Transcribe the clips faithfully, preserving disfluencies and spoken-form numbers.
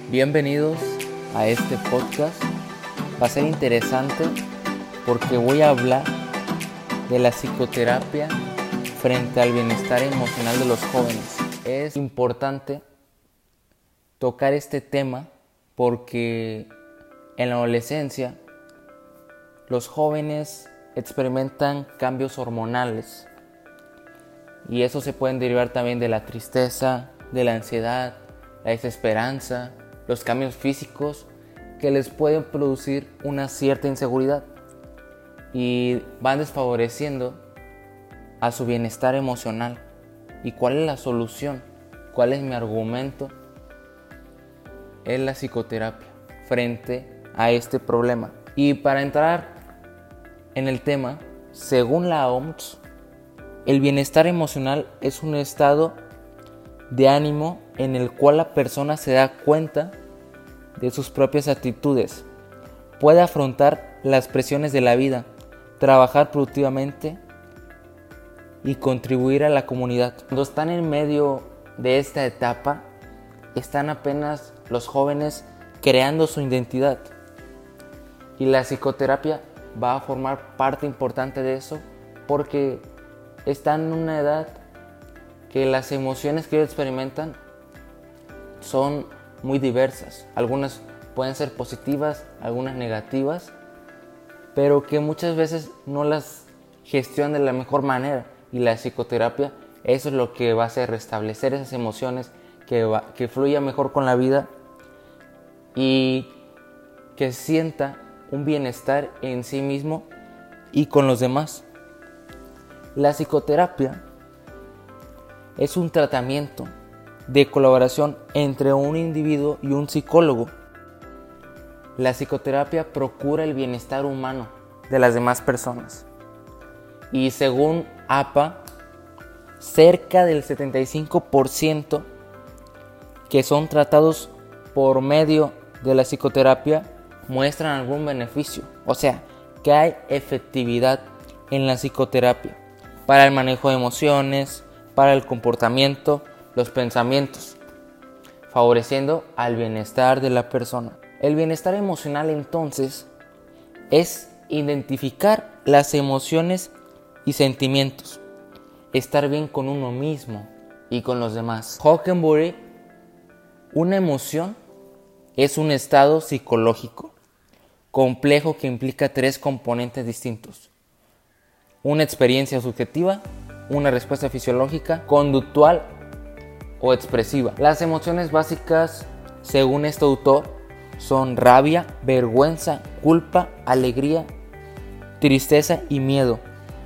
Bienvenidos a este podcast. Va a ser interesante porque voy a hablar de la psicoterapia frente al bienestar emocional de los jóvenes. Es importante tocar este tema porque en la adolescencia los jóvenes experimentan cambios hormonales y eso se puede derivar también de la tristeza, de la ansiedad, la desesperanza, los cambios físicos que les pueden producir una cierta inseguridad y van desfavoreciendo a su bienestar emocional. ¿Y cuál es la solución? ¿Cuál es mi argumento? Es la psicoterapia frente a este problema. Y para entrar en el tema, según la O M S, el bienestar emocional es un estado de ánimo en el cual la persona se da cuenta de sus propias actitudes, puede afrontar las presiones de la vida, trabajar productivamente y contribuir a la comunidad. Cuando están en medio de esta etapa, están apenas los jóvenes creando su identidad y la psicoterapia va a formar parte importante de eso porque están en una edad que las emociones que ellos experimentan son muy diversas. Algunas pueden ser positivas, algunas negativas, pero que muchas veces no las gestionan de la mejor manera. Y la psicoterapia, eso es lo que va a hacer, restablecer esas emociones, que, va, que fluya mejor con la vida y que sienta un bienestar en sí mismo y con los demás. La psicoterapia es un tratamiento de colaboración entre un individuo y un psicólogo. La psicoterapia procura el bienestar humano de las demás personas. Y según A P A, cerca del setenta y cinco por ciento que son tratados por medio de la psicoterapia muestran algún beneficio. O sea, que hay efectividad en la psicoterapia para el manejo de emociones, para el comportamiento, los pensamientos, favoreciendo al bienestar de la persona. El bienestar emocional entonces es identificar las emociones y sentimientos, estar bien con uno mismo y con los demás. Hockenbury, una emoción es un estado psicológico complejo que implica tres componentes distintos: una experiencia subjetiva, una respuesta fisiológica, conductual o expresiva. Las emociones básicas, según este autor, son rabia, vergüenza, culpa, alegría, tristeza y miedo.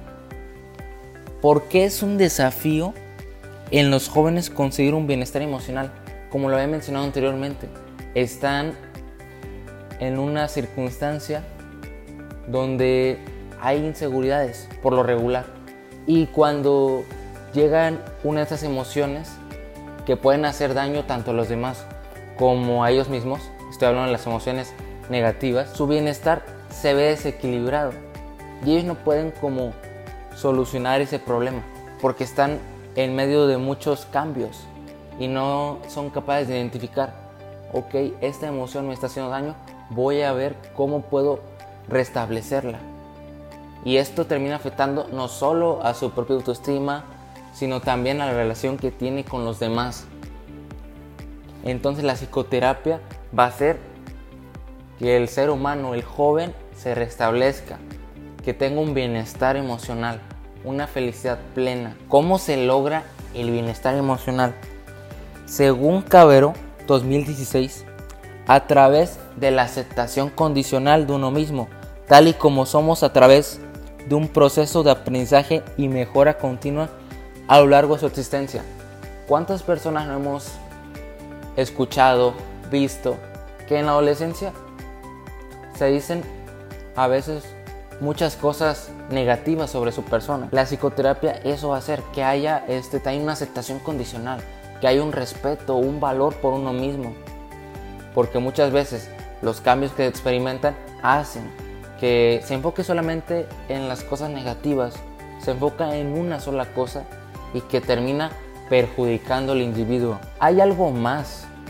¿Por qué es un desafío en los jóvenes conseguir un bienestar emocional? Como lo había mencionado anteriormente, están en una circunstancia donde hay inseguridades por lo regular. Y cuando llegan una de estas emociones que pueden hacer daño tanto a los demás como a ellos mismos, estoy hablando de las emociones negativas, su bienestar se ve desequilibrado y ellos no pueden como solucionar ese problema porque están en medio de muchos cambios y no son capaces de identificar, ok, esta emoción me está haciendo daño, voy a ver cómo puedo restablecerla. Y esto termina afectando no solo a su propia autoestima, sino también a la relación que tiene con los demás. Entonces la psicoterapia va a hacer que el ser humano, el joven, se restablezca, que tenga un bienestar emocional, una felicidad plena. ¿Cómo se logra el bienestar emocional? Según Cavero, dos mil dieciséis, a través de la aceptación condicional de uno mismo, tal y como somos, a través de un proceso de aprendizaje y mejora continua a lo largo de su existencia. ¿Cuántas personas no hemos escuchado, visto, que en la adolescencia se dicen a veces muchas cosas negativas sobre su persona? La psicoterapia eso va a hacer que haya este, también una aceptación condicional, que haya un respeto, un valor por uno mismo, porque muchas veces los cambios que experimentan hacen que se enfoque solamente en las cosas negativas, se enfoca en una sola cosa y que termina perjudicando al individuo. Hay algo más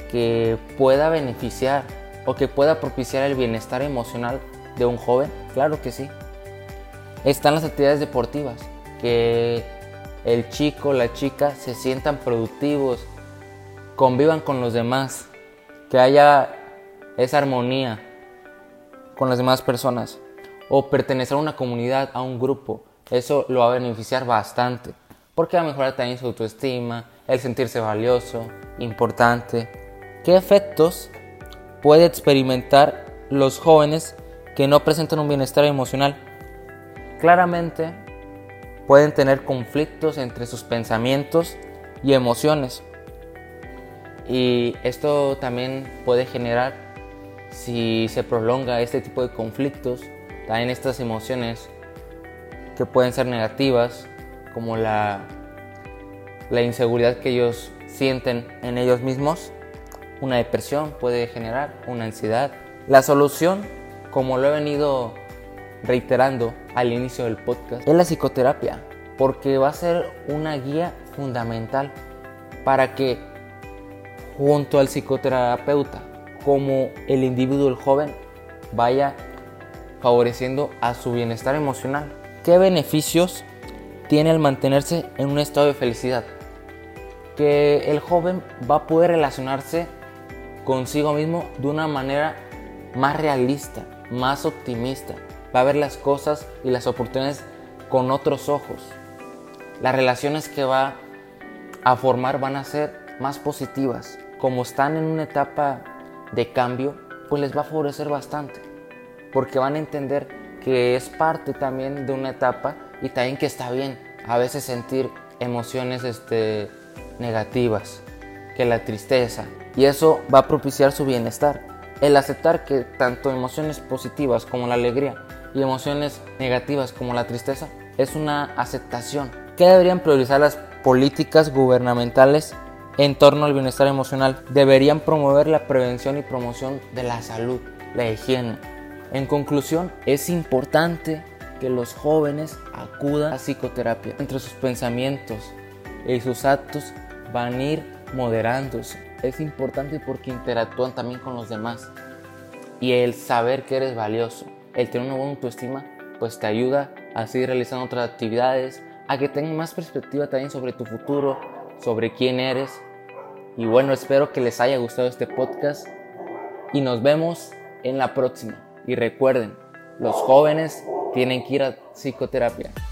que pueda beneficiar o que pueda propiciar el bienestar emocional de un joven? Claro que sí. Están las actividades deportivas, que el chico, la chica se sientan productivos, convivan con los demás, que haya esa armonía con las demás personas, o pertenecer a una comunidad, a un grupo. Eso lo va a beneficiar bastante, porque va a mejorar también su autoestima, el sentirse valioso, importante. ¿Qué efectos puede experimentar los jóvenes que no presentan un bienestar emocional? Claramente pueden tener conflictos entre sus pensamientos y emociones, y esto también puede generar, si se prolonga este tipo de conflictos, también estas emociones que pueden ser negativas, como la, la inseguridad que ellos sienten en ellos mismos. Una depresión puede generar, una ansiedad. La solución, como lo he venido reiterando al inicio del podcast, es la psicoterapia, porque va a ser una guía fundamental para que junto al psicoterapeuta, como el individuo, el joven, vaya favoreciendo a su bienestar emocional. ¿Qué beneficios tiene el mantenerse en un estado de felicidad? Que el joven va a poder relacionarse consigo mismo de una manera más realista, más optimista. Va a ver las cosas y las oportunidades con otros ojos. Las relaciones que va a formar van a ser más positivas. Como están en una etapa de cambio, pues les va a favorecer bastante, porque van a entender que es parte también de una etapa y también que está bien a veces sentir emociones este, negativas, que la tristeza, y eso va a propiciar su bienestar. El aceptar que tanto emociones positivas como la alegría y emociones negativas como la tristeza es una aceptación. ¿Qué deberían priorizar las políticas gubernamentales en torno al bienestar emocional? Deberían promover la prevención y promoción de la salud, la higiene. En conclusión, es importante que los jóvenes acudan a psicoterapia. Entre sus pensamientos y sus actos van a ir moderándose. Es importante porque interactúan también con los demás. Y el saber que eres valioso, el tener una buena autoestima, pues te ayuda a seguir realizando otras actividades, a que tengas más perspectiva también sobre tu futuro, sobre quién eres. Y bueno, espero que les haya gustado este podcast y nos vemos en la próxima. Y recuerden, los jóvenes tienen que ir a psicoterapia.